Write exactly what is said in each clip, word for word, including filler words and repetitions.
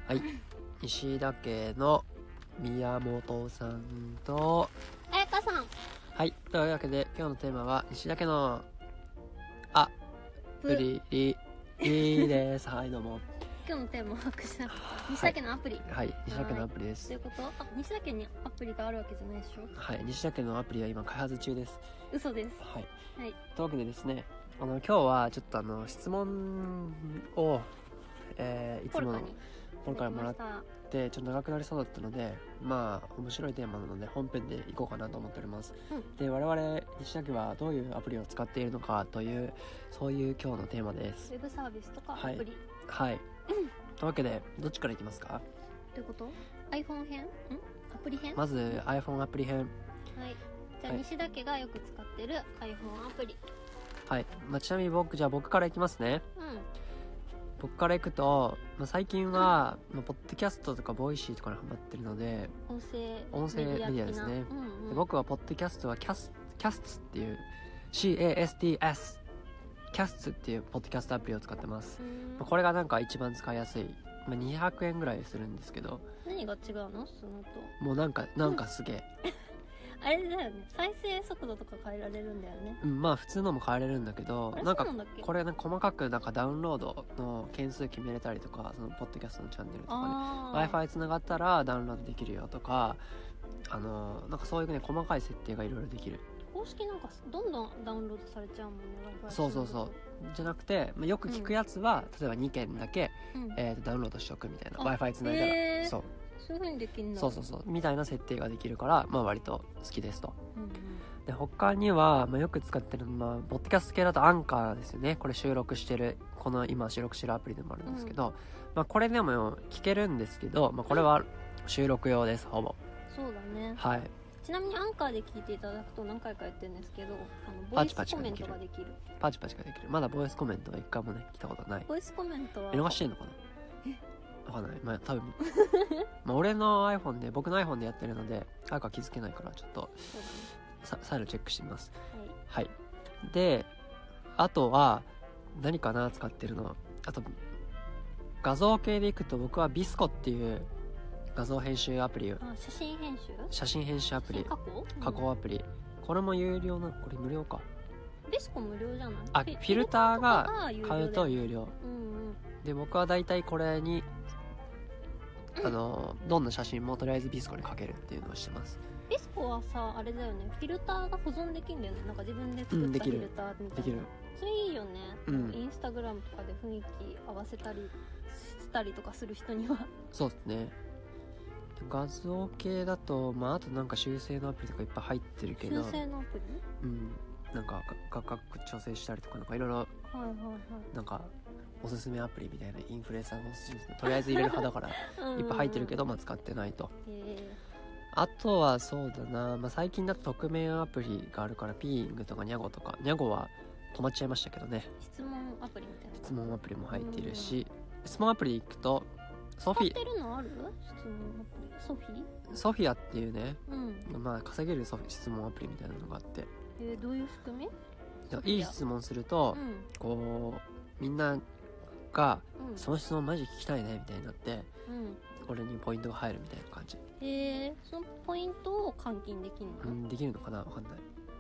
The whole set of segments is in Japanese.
はい、石田家の宮本さんとあやかさん。 はい、というわけで今日のテーマは石田家のアプリリリです。はい、どうも。 今日のテーマは西田家のアプリ。 はい、西田家のアプリです。 ということ？あ、西田家にアプリがあるわけじゃないでしょ？ はい、西田家のアプリは今開発中です。 嘘です。 はい。 はい。 というわけでですね、あの今日はちょっとあの質問を、えー、いつもの本からもらってちょっと長くなりそうだったので、まあ面白いテーマなので本編でいこうかなと思っております、うん、で我々西田家はどういうアプリを使っているのかというそういう今日のテーマです。 ウェブサービスとかアプリ。 はい、はい、うん、というわけでどっちからいきますか？ ということ iPhone 編？んアプリ編？ まず iPhone アプリ編。はい、 じゃあ西田家がよく使ってる iPhone アプリ。 はい、まあ、ちなみに僕じゃあ僕からいきますね。うん僕からいくと、まあ、最近は、まあ、ポッドキャストとかボイシーとかにハマってるので音声音声メディアですね、うんうん、で僕はポッドキャストはキャスキャスツっていう シーエーエスティーエス キャスツっていうポッドキャストアプリを使ってます、まあ、これがなんか一番使いやすい、まあ、にひゃくえんぐらいするんですけど。 何が違うのそのと？ もうなんかなんかすげえあれだよね、再生速度とか変えられるんだよね。 うん、まあ普通のも変えれるんだけど、なんかこれなんか細かくなんかダウンロードの件数決めれたりとか、そのポッドキャストのチャンネルとかで Wi-Fi つながったらダウンロードできるよとか、あのなんかそういうね細かい設定がいろいろできる。 公式なんかどんどんダウンロードされちゃうもんね。Wi-Fi そうそうそう。じゃなくて、まあ、よく聞くやつは、うん、例えばにけんだけ、うん、えー、とダウンロードしておくみたいな Wi-Fi つないだら、えー、そうそういう風にできるんだ。 そうそうそうみたいな設定ができるから、まあ割と好きですと。うんうん、で他には、まあ、よく使ってるのはポッドキャスト系だとアンカーですよね。これ収録してるこの今収録してるアプリでもあるんですけど、うん、まあこれでも聞けるんですけど、まあ、これは収録用ですほぼ。 そうだね。 はい。 ちなみにアンカーで聞いていただくと何回か言ってるんですけど、あのボイスコメントができる。 パチパチができる。まだボイスコメントは一回もね来たことない。 ボイスコメントは見逃してんのかな。わかんない。まあ多分まあ俺の iPhone で僕の iPhone でやってるのであるか気づけないからちょっと、ね、さ再度チェックしてみます。はい、はい、であとは何かな使ってるの。あと画像系でいくと僕はビスコっていう画像編集アプリを。 あ、写真編集写真編集アプリ。 加工、 加工アプリ、うん、これも有料な。これ無料か。 ビスコ無料じゃない？ あ、フィルターが買うと有料。うんうん、で僕はだいたいこれにあのどんな写真もとりあえずビスコにかけるっていうのをしてます。 ビスコはさあれだよね、フィルターが保存できるんだよね。なんか自分で作ったフィルターみたいな、うん、できる。できる。それいいよね、うん、インスタグラムとかで雰囲気合わせたりしたりとかする人には。 そうですね。画像系だとまああとなんか修正のアプリとかいっぱい入ってるけど。 修正のアプリ？うんなんか画角調整したりとかなんかいろいろなんかおすすめアプリみたいなインフルエンサーのおすすめとりあえず入れる派だからいっぱい入ってるけどまあ使ってないと。あとはそうだな、まあ、最近だと匿名アプリがあるからピーイングとかニャゴとか。ニャゴは止まっちゃいましたけどね。 質問アプリみたいな。 質問アプリも入っているし、質問アプリ行くとソフィ使ってるのある？質問アプリソフィソフィアっていうね、 うん、 まあ稼げるソフィ質問アプリみたいなのがあって、 えー、どういう仕組み？ いい質問すると、うん、こうみんなが、うん、その質問マジ聞きたいねみたいになって、うん、俺にポイントが入るみたいな感じ。 へえー、そのポイントを換金できるの？ うん、できるのかな、わかんない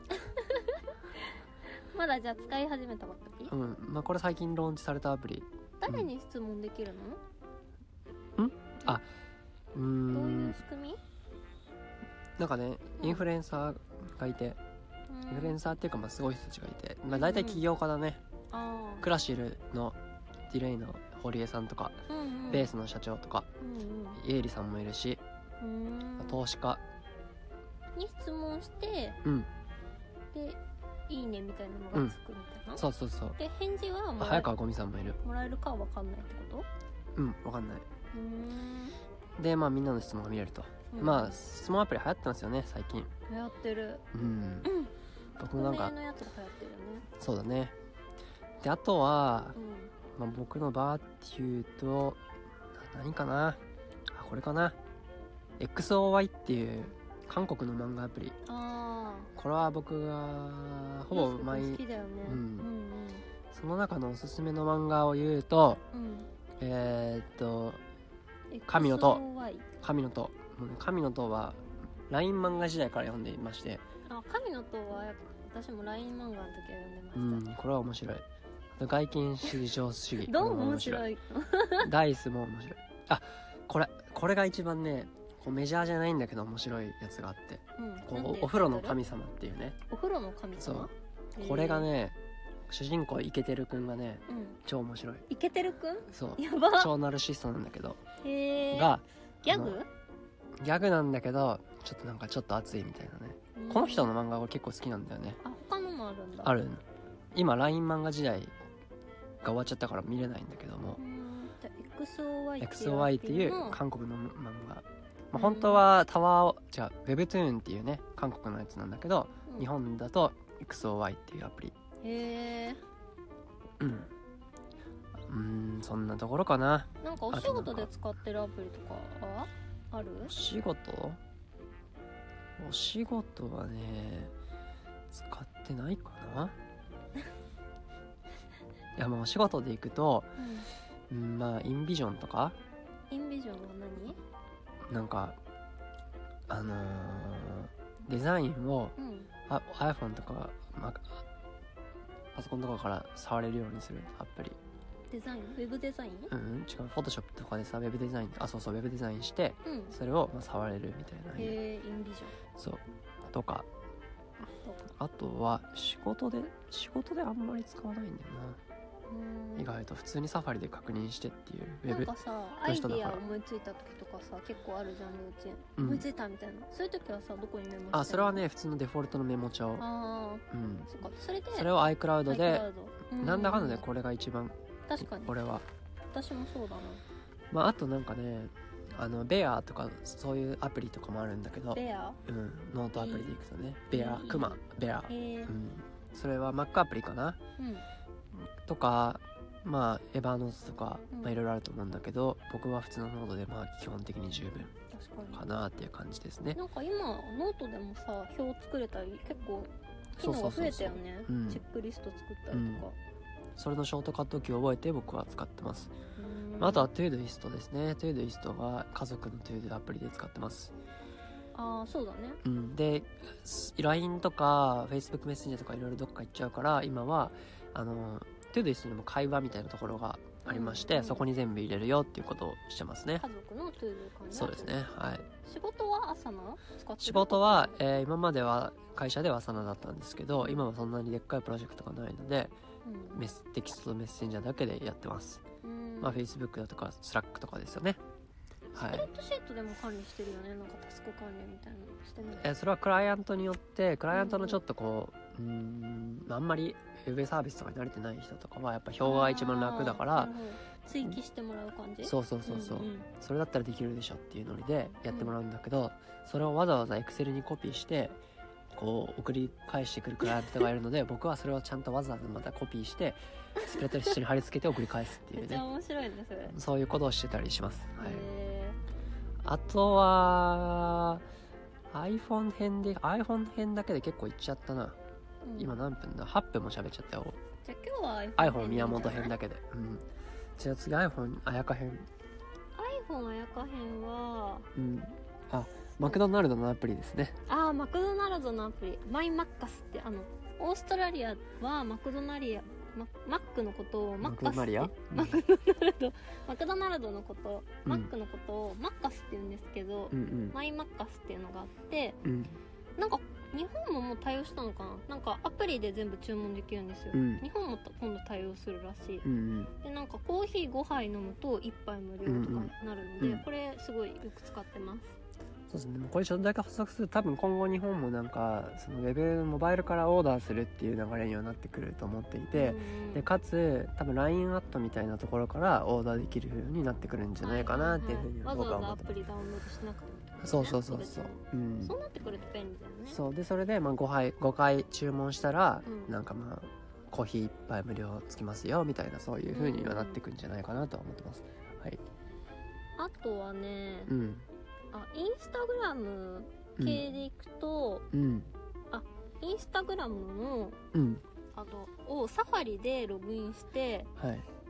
まだじゃあ使い始めたばっかり？ うん、まあこれ最近ローンチされたアプリ。 誰に質問できるの？ うん、あ、うーん、 どういう仕組み？ なんかね、インフルエンサーがいて、うん、インフルエンサーっていうかまあすごい人たちがいて、まあ大体起業家だね、うんうん、クラシルのディレイの堀江さんとか、うんうん、ベースの社長とか、うんうん、イエリさんもいるし、うん、投資家に質問して、うん、でいいねみたいなのがつくみたいな、うん、 そうそうそう。 で返事は早川ゴミさんもいる。 もらえるかは分かんないってこと？ うん分かんない。うんでまあみんなの質問が見れると、うん、まあ質問アプリ流行ってますよね最近。 流行ってる。うん、うん、 僕もなんか匿名のやつが流行ってるよね。 そうだね。であとは、うんまあ、僕のバーっていうと何かなあ、これかな エックスオーワイ っていう韓国の漫画アプリ。あこれは僕がほぼ毎好きだよね、うんうんうん、 その中のおすすめの漫画を言うと、うん、えー、っと神の塔神の塔神の塔は ライン 漫画時代から読んでいまして、 あ、神の塔は私も ライン 漫画の時は読んでました。 うん、これは面白い。外見至上主義どう面白いダイスも面白い。あ、これこれが一番ねこうメジャーじゃないんだけど面白いやつがあって、うん、こうお風呂の神様っていうね。 お風呂の神様。 そうこれがね主人公イケてるくんがね、うん、超面白い。 イケてるくん？ そうやば。 超ナルシストなんだけど、 へーがギャグ？ ギャグなんだけどちょっとなんかちょっと熱いみたいなね。この人の漫画が結構好きなんだよね。 あ、他のもあるんだ。 ある。今 ライン 漫画時代が終わっちゃったから見れないんだけども、 エックスオーワイエックスオーワイ っていう韓国の漫画、まあ、本当はタワーじゃあ Webtoon っていうね韓国のやつなんだけど、うん、日本だと エックスオーワイ っていうアプリ。 へえ。 うんうんそんなところかな。 なんかお仕事で使ってるアプリとかはある？ お仕事お仕事はね使ってないかないやまあお仕事で行くと、うん、まあインビジョンとか。 インビジョンは何？ なんかあのー、デザインを、うん、あ iPhone とか、まあ、パソコンとかから触れるようにするアプリ。 デザイン？ウェブデザイン？ うん、違う。フォトショップとかでさウェブデザインあそうそうウェブデザインして、うん、それをまあ触れるみたいな。 へーインビジョン。 そうとかあとは仕事で仕事であんまり使わないんだよな。意外と普通にサファリで確認してっていうウェブなんかさアイディア思いついた時とかさ結構あるじゃん。幼稚園、うん、思いついたみたいなそういう時はさどこにメモしてるの？ あそれはね普通のデフォルトのメモ帳。ああうんそっか。それでそれを iCloud でなんだかんだでこれが一番確かに俺は私もそうだな。 まああとなんかねあのベアとかそういうアプリとかもあるんだけどベアうんノートアプリでいくとねベアクマベアうんそれは Mac アプリかな、うんとかまあエヴァノートとかいろいろあると思うんだけど、うん、僕は普通のノートでまあ基本的に十分かなっていう感じですね。 なんか今ノートでもさ表作れたり結構機能が増えたよね。チェックリスト作ったりとか、うん、 それのショートカットキーを覚えて僕は使ってます。あとはトゥードゥイストですね。トゥードゥイストは家族のトゥードゥアプリで使ってます。 ああそうだね、 うん、で ライン とか Facebook メッセンジャーとかいろいろどっか行っちゃうから今はあのトゥードゥイストにも会話みたいなところがありまして、うんうん、そこに全部入れるよっていうことをしてますね。 家族のトゥードゥ感じ。 そうですね。はい。 仕事は朝の使ってる？ 仕事は、えー、今までは会社では朝のだったんですけど今はそんなにでっかいプロジェクトがないので、うん、メステキストとメッセンジャーだけでやってます。うんまあ Facebook だとか Slack とかですよね。 スプレッドシートでも管理してるよね。なんかタスク管理みたいなのしてない？ えそれはクライアントによってクライアントのちょっとこう、うん、うーんあんまりウェブサービスとかに慣れてない人とかはやっぱ表が一番楽だから追記してもらう感じ。 そうそうそうそう、うんうん、それだったらできるでしょっていうノリでやってもらうんだけど、うん、それをわざわざ Excel にコピーしてこう送り返してくるクライアントがいるので僕はそれをちゃんとわざわざまたコピーしてスプレッドシートに貼り付けて送り返すっていうね。 めっちゃ面白いねそれ。 そういうことをしてたりします。はい。あとは iPhone 編で iPhone 編だけで結構いっちゃったな、うん、今何分だはっぷんも喋っちゃったよ。 じゃあ今日は iPhone 宮本編だけで、うん、じゃあ次 iPhone 綾香編 iPhone 綾香編はうんあマクドナルドのアプリですね。 ああマクドナルドのアプリマイマッカスってあのオーストラリアはマクドナリアマ, マックのことをマッカスってマクドナルドマクドナルドのこと、うん、マックのことをマッカスって言うんですけど、うんうん、マイマッカスっていうのがあって、うん、なんか日本ももう対応したのかな。なんかアプリで全部注文できるんですよ、うん、日本も今度対応するらしい、うんうん、でなんかコーヒーごはい飲むといっぱい無料とかになるので、うんうん、これすごいよく使ってます。 そうですね、これちょっとだけ補足すると多分今後日本もなんかそのウェブモバイルからオーダーするっていう流れにはなってくると思っていて、でかつ多分 ライン アットみたいなところからオーダーできるようになってくるんじゃないかなっていうふうに僕は思ってます。 わざわざアプリダウンロードしなくても、ね、 そうそうそうそう、 うん、そうなってくると便利だよね。 そうでそれでまあ ご, 杯ごかい注文したら、うん、なんかまあコーヒーいっぱい無料つきますよみたいなそういう風にはなってくるんじゃないかなとは思ってます。はい。 あとはね、 うん。 あインスタグラム系でいくと、 うん、 あインスタグラムの、 うん、 あのをサファリでログインして、 はい、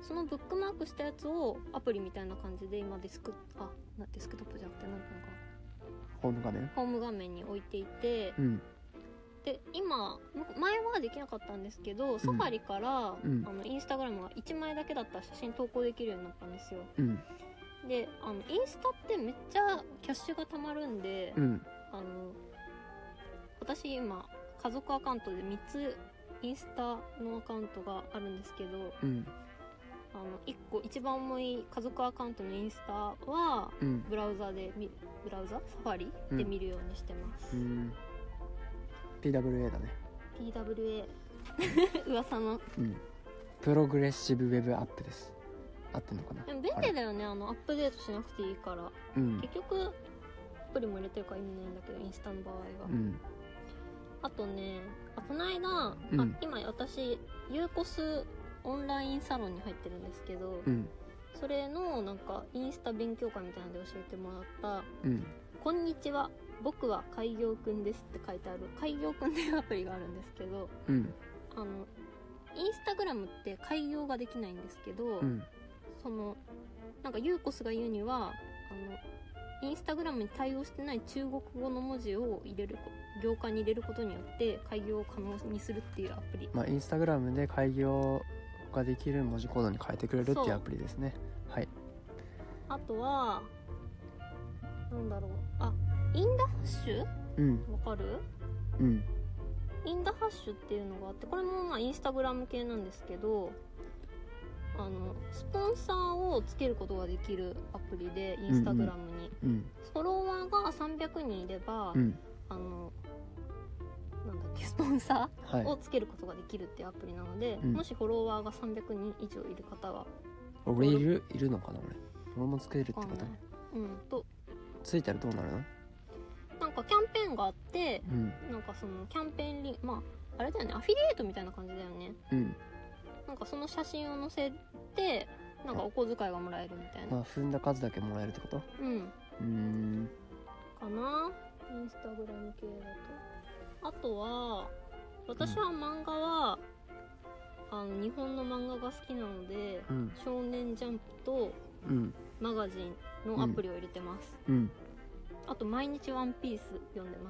そのブックマークしたやつをアプリみたいな感じで今デスクあなデスクトップじゃなくてなんていうのかな、 ホーム画面ホーム画面に置いていて、 うん、 で今前はできなかったんですけど、サファリから、 うん、 あのインスタグラムがいちまいだけだったら写真投稿できるようになったんですよ、 うん、 であのインスタってめっちゃキャッシュがたまるんで、 うん、 あの私今家族アカウントでみっつインスタのアカウントがあるんですけど、 うん、 あのいっこ一番重い家族アカウントのインスタは、うん、ブラウザでブラウザサファリで見るようにしてます、うん、 ピーダブリューエー だねピーダブリューエー 噂の、 うん、プログレッシブウェブアップです。合ってんのかな。 でも便利だよね、あのアップデートしなくていいから、うん、結局アプリも入れてるから意味ないんだけど、インスタの場合は、うん、あとね、あこの間、うん、あ今私ユーコスオンラインサロンに入ってるんですけど、うん、それのなんかインスタ勉強会みたいなので教えてもらった、うん、こんにちは僕は海洋くんですって書いてある海洋くんっていうアプリがあるんですけど、うん、あのインスタグラムって改行ができないんですけど、うん、そのなんかユーコスが言うには、あのインスタグラムに対応してない中国語の文字を入れる行間に入れることによって改行を可能にするっていうアプリ、 まあ、インスタグラムで改行ができる文字コードに変えてくれるっていうアプリですね。はい。 あとはなんだろう、あインダハッシュ、うん、わかる？うん。インダハッシュっていうのがあって、これもまあインスタグラム系なんですけど、あのスポンサーをつけることができるアプリで、インスタグラムに、うんうん、フォロワーがさんびゃくにんいれば、うん、あのなんだっけスポンサーをつけることができるっていうアプリなので、はい、もしフォロワーがさんびゃくにん以上いる方は、 俺いるいるのかな、俺俺もつけるってことね。 うんとついたらどうなるの？ なんかキャンペーンがあって、うん、なんかそのキャンペーンリンまああれだよね、アフィリエイトみたいな感じだよね。うん。なんかその写真を載せて、なんかお小遣いがもらえるみたいな。 まあ踏んだ数だけもらえるってこと？うん。うーん。 かな。インスタグラム系だと。あとは私は漫画は、うん、あの日本の漫画が好きなので、うん、少年ジャンプと、うん、マガジンのアプリを入れてます。うん。うん、あと毎日ワンピース読んでます。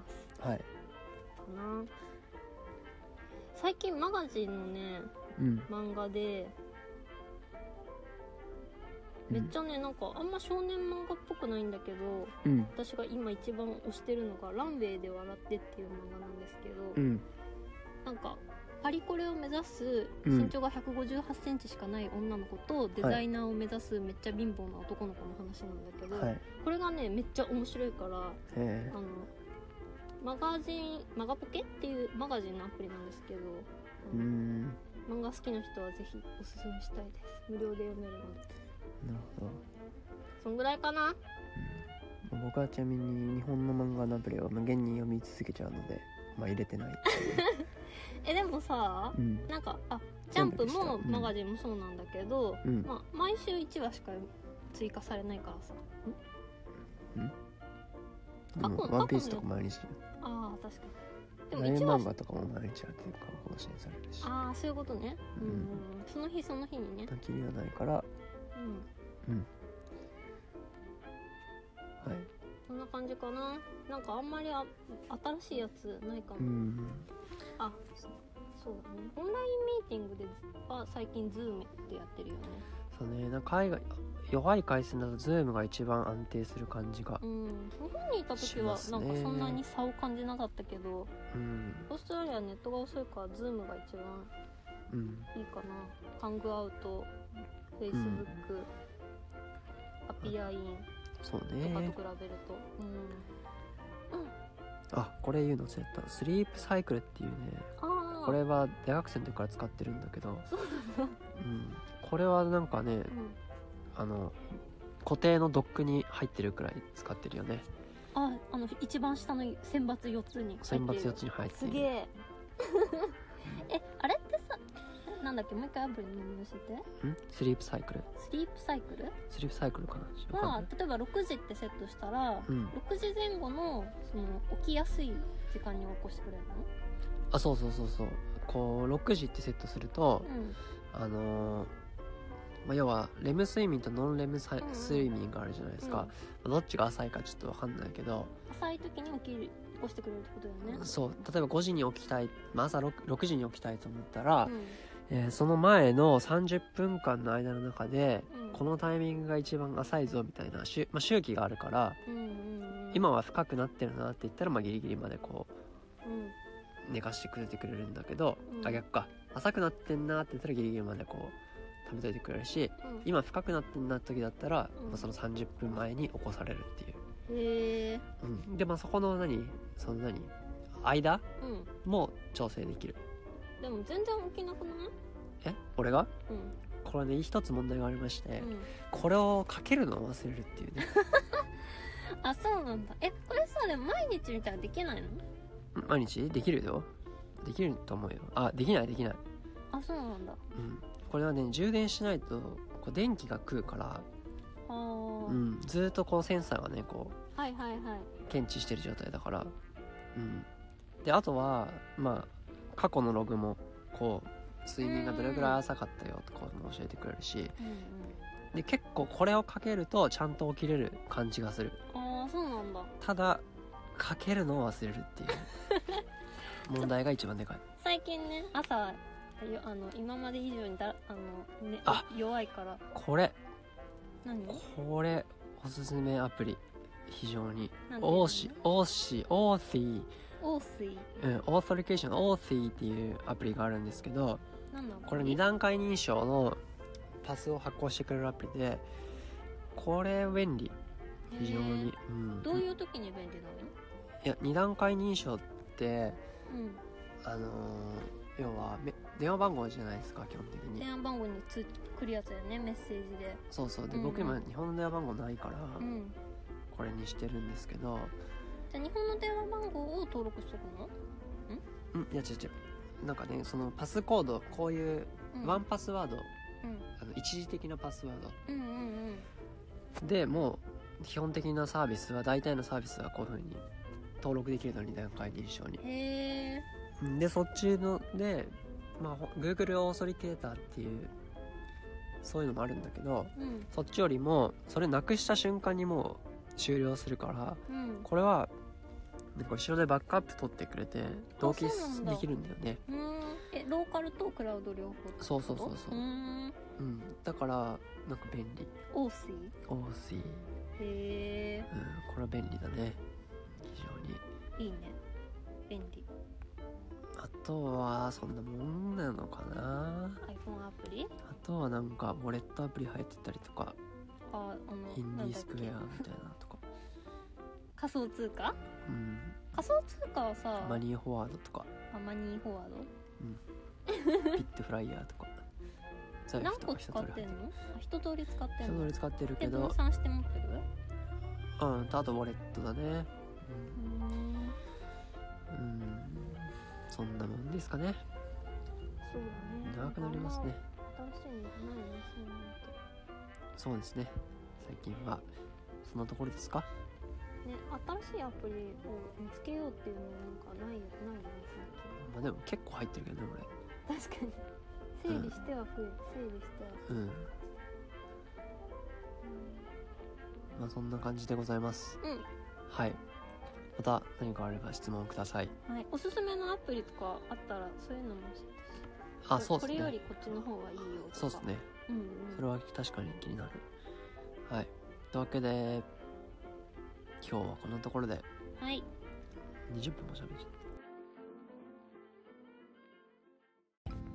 はい。かな。最近マガジンのね、うん、漫画でめっちゃね、なんかあんま少年漫画っぽくないんだけど、うん、私が今一番推してるのがランウェイで笑ってっていう漫画なんですけど、うん、なんかパリコレを目指す身長がひゃくごじゅうはちセンチしかない女の子とデザイナーを目指すめっちゃ貧乏な男の子の話なんだけど、はい、これがねめっちゃ面白いから、あのマガジンマガポケっていうマガジンのアプリなんですけど、うん、漫画好きな人はぜひおすすめしたいです。無料で読めるので。 なるほど。 そんぐらいかな、 うん、僕はちなみに日本の漫画のアプリを無限に読み続けちゃうので、まあ入れてないっていうえでもさ、うん、なんかあジャンプもマガジンもそうなんだけど、うん、まあ、毎週いちわしか追加されないからさ。 ん？でもワンピースとか毎日。 ああ確かに。 でもいちわ漫画とかも毎日やってるから更新されるし。 ああそういうことね。うん、うん、その日その日にね。 きりはないから。うん。うん。はい。 こんな感じかな。なんかあんまりあ新しいやつないかも。うん。あ、そうだね。オンラインミーティングでは最近 Zoom でやってるよね。 そうね。なんか海外弱い回線だと Zoom が一番安定する感じが。 うん。日本にいた時はなんかそんなに差を感じなかったけど、うん。オーストラリアはネットが遅いから Zoom が一番いいかな。ハングアウト、Facebook、うん、アピアインそうねとかと比べると、うん。うん。 あ、これ言うの忘れた。スリープサイクルっていうね、これは大学生の時から使ってるんだけど、 そうなの、 うん、これはなんかね、うん、あの固定のドックに入ってるくらい使ってるよね。 あ、あの一番下の選抜よっつに入ってる。 選抜よっつに入ってる。 すげええ、あれってさ、なんだっけ、もう一回アプリに教えて。 ん？スリープサイクル。 スリープサイクル？ スリープサイクルかな。 まあ、例えばろくじってセットしたら、うん、ろくじぜん後のその起きやすい時間に起こしてくれるの？ あ、そうそうそうそう。こうろくじってセットすると、うん、あのー、 まあ、要はレム睡眠とノンレムさ、うんうん、睡眠があるじゃないですか、うん、どっちが浅いかちょっと分かんないけど、 浅い時に起きる起こしてくれるってことだよね。 そう例えばごじに起きたい、まあ、朝 6, ろくじに起きたいと思ったら、 うんえー、その前のさんじゅっぷんかんの間の中で、 うん、 このタイミングが一番浅いぞみたいな、周、まあ、周期があるから、 うんうんうん、 今は深くなってるなって言ったら、まあ、ギリギリまでこう、 うん寝かしてくれてくれるんだけど、 うん、 あ逆か浅くなってんなって言ったらギリギリまでこう食べといてくれるし、 うん、 今深くなってんなって時だったら、 うんまあ、そのさんじゅっぷんまえに起こされるっていう。 へえ、 うん、でまあそこの何その何間、 うん、 も調整できる。 でも全然起きなくない？ え俺が、 うん、 これね一つ問題がありまして、 うん、 これをかけるのを忘れるっていうねあそうなんだ。えこれさでも毎日みたいなできないの？ 毎日できるよ。できると思うよ。あできないできない。 あそうなんだ。 うんこれはね充電しないとこう電気が食うから、 あ、 うん、ずーっとこうセンサーがねこうはいはいはい検知してる状態だから、うん、であとはまあ過去のログもこう睡眠がどれぐらい浅かったよとかも教えてくれるし、 うんうん、 で結構これをかけるとちゃんと起きれる感じがする。 ああそうなんだ。 ただかけるのを忘れるっていう問題が一番でかい。 最近ね朝あの今まで以上にだあの、ね、 あ弱いから。 これ何これおすすめアプリ非常になんオーシオーシオーシーオーシー、 うん、オーソリケーションオーシーっていうアプリがあるんですけど、 なんだこれに段階認証のパスを発行してくれるアプリで、これ便利非常に、うん、 どういう時に便利なの？ いやに段階認証って、 うん、 あのー、要はめ電話番号じゃないですか基本的に。 電話番号につ来るやつだよね、メッセージで。 そうそうで、 うんうん、 僕今日本の電話番号ないから、 うん、 これにしてるんですけど。 じゃあ日本の電話番号を登録しとくの？ うんいや違う違うなんかねそのパスコードこういうワンパスワード、うん、あの一時的なパスワード、 うんうんうん、 でもう基本的なサービスは大体のサービスはこういう風に登録できるのに段階認証に。 へーでそっちので、まあ、Google オーソリケーターっていうそういうのもあるんだけど、 うん、 そっちよりもそれなくした瞬間にもう終了するから、 うん、 これはなんか後ろでバックアップ取ってくれて同期できるんだよね。 うん、えローカルとクラウド両方？ そうそうそうそう、うん、うん、だからなんか便利。 オーシー？ オーシー。へえ、 うん、これは便利だね非常にいいね、便利。 あとはそんなもんなのかな。 iPhone アプリ？ あとはなんかウォレットアプリ入ってたりとか、 ああのインディースクエアみたいなとか仮想通貨？ うん、 仮想通貨はさマニーフォワードとか、 あマニーフォワード、 うん、ピットフライヤーとか何個使ってんの？一通り使ってんの？ 一通り使ってるけど分散して持ってる？ うんとあとウォレットだね。うん、うんそんなもんですかね。 そうだね、 長くなりますね。 新しいのないね、 そうですね。最近はそんなところですかね。 新しいアプリを見つけようっていうのなんかないよないよね最近。 まあでも結構入ってるけどね俺。確かに整理しては増え、うん、整理してはうん、うん、まあそんな感じでございます。 うんはい、また何かあれば質問ください。 はい、おすすめのアプリとかあったらそういうのも教えてし。 あ、そうですね。 これよりこっちの方がいいよとか。 そうですね、 うんうん、 それは確かに気になる。はい、というわけで今日はこんなところで、 はい、 にじゅっぷんも喋っちゃった。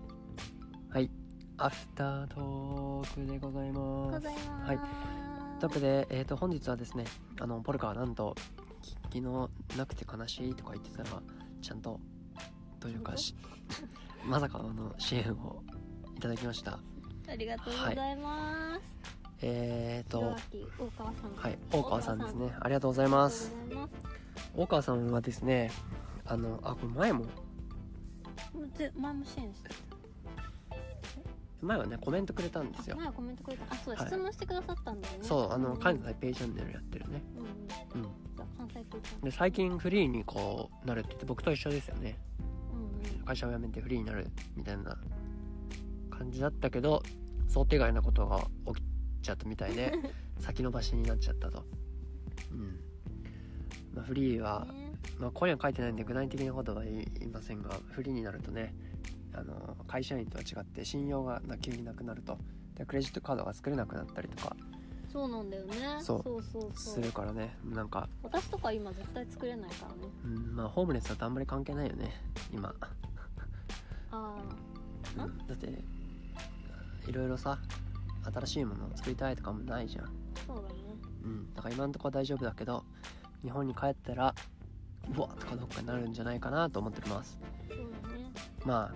はい、アフタートークでございます。 ございます。 はい、というわけで、えーと、本日はですね、あのポルカはなんと昨日なくて悲しいとか言ってたらちゃんとというかしまさかの支援をいただきました。 ありがとうございます。はい、 えーと大川さん、 はい、大川さんですね。ありがとうございます。大川さんはですね、あのあこれ前も前も支援してた。 前はねコメントくれたんですよ。 前はコメントくれた。あ、そうだ、 はい、 質問してくださったんだよね。 そう、あの関西ペイチャンネルやってるね。 うん、うん、じゃあ関西ペイチャンネルで最近フリーにこうなるって言って僕と一緒ですよね。 うんうん、 会社を辞めてフリーになるみたいな感じだったけど、 想定外なことが起きちゃったみたいで先延ばしになっちゃったと。うん、まあ、フリーは、まあ、ここには書いてないんで具体的なことは言いませんが、フリーになるとね、あの会社員とは違って信用が急になくなると。でクレジットカードが作れなくなったりとか。 そうなんだよね。 そうそうそうそうするからね。なんか私とか今絶対作れないからね。 うん、まあホームレスだとあんまり関係ないよね今。 ああ、うん、だっていろいろさ新しいものを作りたいとかもないじゃん。 そうだね。 うん、だから今のところは大丈夫だけど、日本に帰ったらうわっとかどっかになるんじゃないかなと思ってます。 そうだね。 まあ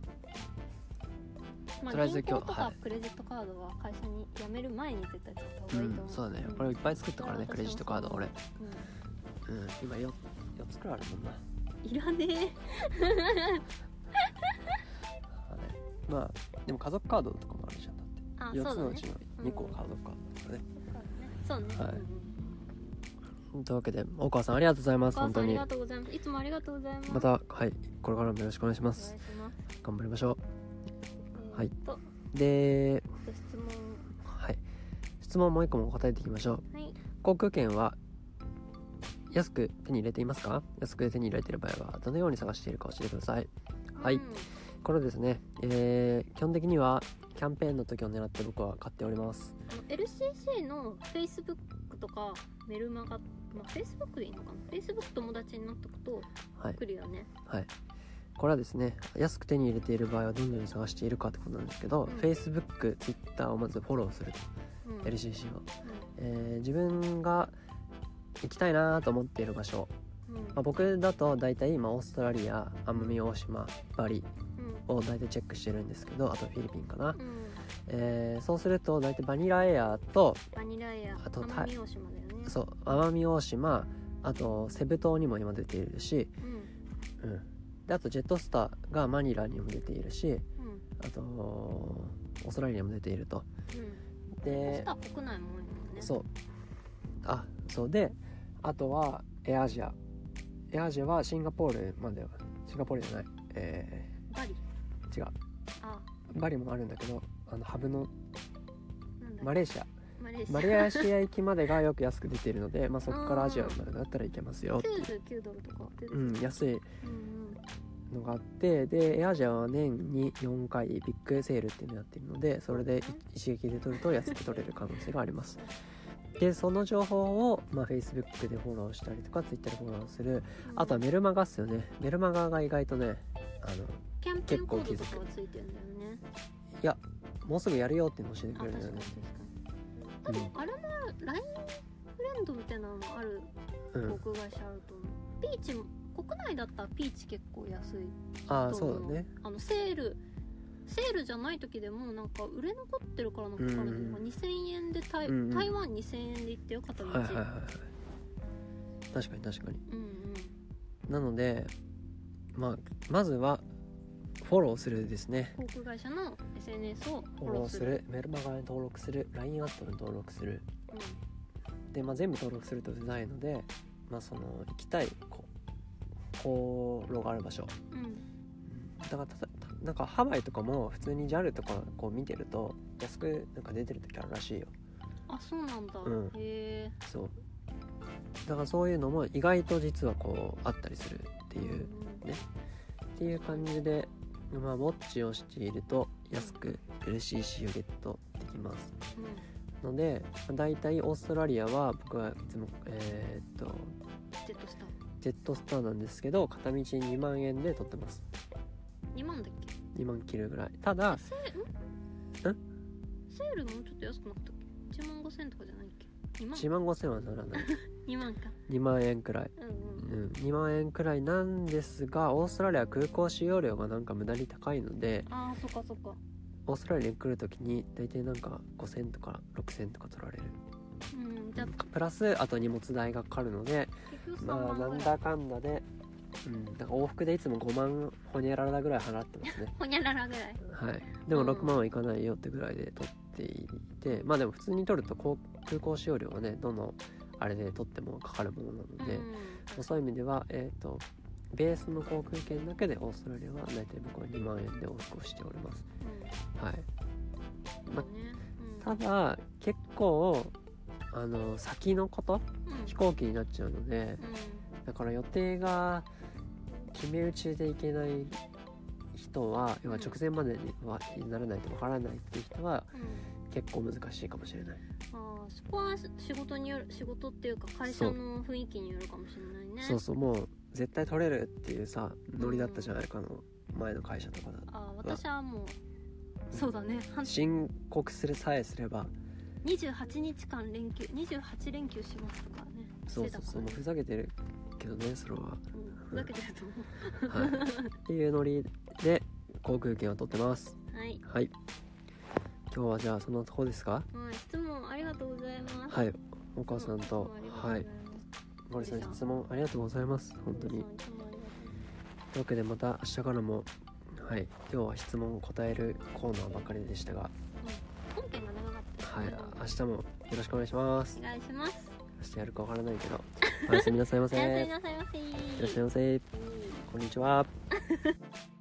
まあ、 とりあえず今日銀行とかクレジットカードは会社に辞める前に絶対作った方がいいと思う。 うん、そうだね。これいっぱい作ったからね、クレジットカード俺。 うん、 うん、今 よ, よっつくらいあるもんな。 いらねえまあでも家族カードとかもあるじゃん。だってあよっつのうちのにこうん家族カードだね。 そうね。 はい。 うん、 というわけでお母さんありがとうございます。本当にありがとうございます。いつもありがとうございます。 またはいこれからもよろしくお願いします。 お願いします。 頑張りましょう。 えー、 はいとで質問はい質問もう一個も答えていきましょう。 はい、 航空券は安く手に入れていますか？安く手に入れている場合はどのように探しているか教えてください。はい、 うん、 これですね、えー、基本的にはキャンペーンの時を狙って僕は買っております。 あの エルシーシー の Facebook とかメルマガ、まあ、Facebook でいいのかな。 Facebook 友達になっておくと来るよね。 はい、はい、これはですね、安く手に入れている場合はどのように探しているかってことなんですけど、うん、Facebook、Twitter をまずフォローすると、うん、エルシーシー を、うん、えー、自分が行きたいなと思っている場所、うん、まあ、僕だと大体今オーストラリア、奄美大島、バリを大体チェックしてるんですけど、あとフィリピンかな、うん、えー、そうすると大体バニラエアとバニラエア、 あと奄美大島だよね。 そう奄美大島、あとセブ島にも今出ているし、うん、うん、であとジェットスターがマニラにも出ているし、うん、あとオーストラリアにも出ていると、うん、でジェットスター国内も多いもんね。そうあそうで、あとはエアアジアエアアジアはシンガポールまではシンガポールじゃない、えー、バリ違うあバリもあるんだけど、あのハブのマレーシアマレーシアマレーシア行きまでがよく安く出ているので、まあ、そこからアジアまでだったら行けますよ。 きゅうじゅうきゅうドルとか出てる、 うん、安いのがあって、でエアアジアは年によんかいビッグセールっていうのをやっているので、それで一撃で取ると安く取れる可能性があります。でその情報を、まあ、Facebook でフォローしたりとか Twitter でフォローする、あとはメルマガっすよね。メルマガが意外とね、あのキャンペーンコードとかがついてるんだよね。 いやもうすぐやるよっていうのを教えてくれるんだよね。 あ、でもあれも ライン フレンドみたいなのもある航空会社あると思う、うん、ピーチも国内だったらピーチ結構安い。 ああそうだね。 あのセールセールじゃない時でもなんか売れ残ってるからなんか分かるけど、にせんえんで台、うんうん、台湾にせんえんで行ってよ片道、はいはいはいはい、 確かに確かに、 うんうん、 なので、まあ、まずはフォローするですね。 航空会社の エスエヌエス をフォローする、メルマガに登録する、 ライン アットに登録する、うん、で、まあ、全部登録するとうざいので、まあ、その行きたいこ航路がある場所、うん、だからたなんかハワイとかも普通に ジャル とかこう見てると安くなんか出てる時あるらしいよ。 あ、そうなんだ、うん、へえ。 そうだからそういうのも意外と実はこうあったりするっていうね、うん、っていう感じで、まあ、ウォッチをしていると安く エルシーシー をゲットできます、うん、のでだいたいオーストラリアは僕はいつもえー、っとジェットスタージェットスターなんですけど片道にまんえんで取ってます。 にまんだっけ？ にまん切るぐらい。ただセールんセールもうちょっと安くなったっけ？いちまんごせんとかじゃないっけ？にまん？いちまんごせんはならないにまんか。 にまんえんくらい、うんうんうん、にまんえんくらいなんですが、オーストラリア空港使用料がなんか無駄に高いので、 あーそっかそっか、 オーストラリアに来るときに大体なんかごせんとかろくせんとか取られる、 うん、じゃプラスあと荷物代がかかるので、まあなんだかんだで、うん、だから往復でいつもごまんほにゃららぐらい払ってますねほにゃららぐらい、 はい、でもろくまんはいかないよってぐらいで取っていて、うん、まあでも普通に取ると空港使用料はねどのあれで取ってもかかるものなので、うん、そういう意味では、えーと、ベースの航空券だけでオーストラリアは大体僕はにまんえんで往復をしております、うん、はい。 だね、 ま、ただ結構あの先のこと、 うん、 飛行機になっちゃうので、 うん、 だから予定が決め打ちでいけない人は、要は直前までにはならないとわからないっていう人は、うん、結構難しいかもしれない。 ああ、そこは仕事による、仕事っていうか会社の雰囲気によるかもしれないね。 そうそう、もう絶対取れるっていうさノリだったじゃないかの、前の会社とかだ。 ああ、私はもうそうだね、 申告するさえすればにじゅうはちにちかん連休、にじゅうはち連休しますとかね。 そうそうそう、もうふざけてるけどね、それは、うん、 ふざけてると思う、 はい、っていうノリで航空券を取ってます。 はい、 はい、今日はじゃあそのとこですか。 はい、質問ありがとうございます。 はい、お母さんと、はい、ゴリさん質問ありがとうございます。本当に。というわけでまた明日からも、はい、今日は質問を答えるコーナーばかりでしたが、 うん、本編が長かった。 はい、明日もよろしくお願いします。 お願いします。 明日やるかわからないけど、おやすみなさいませ。 おやすみなさいませ。 いらっしゃいませ。こんにちは。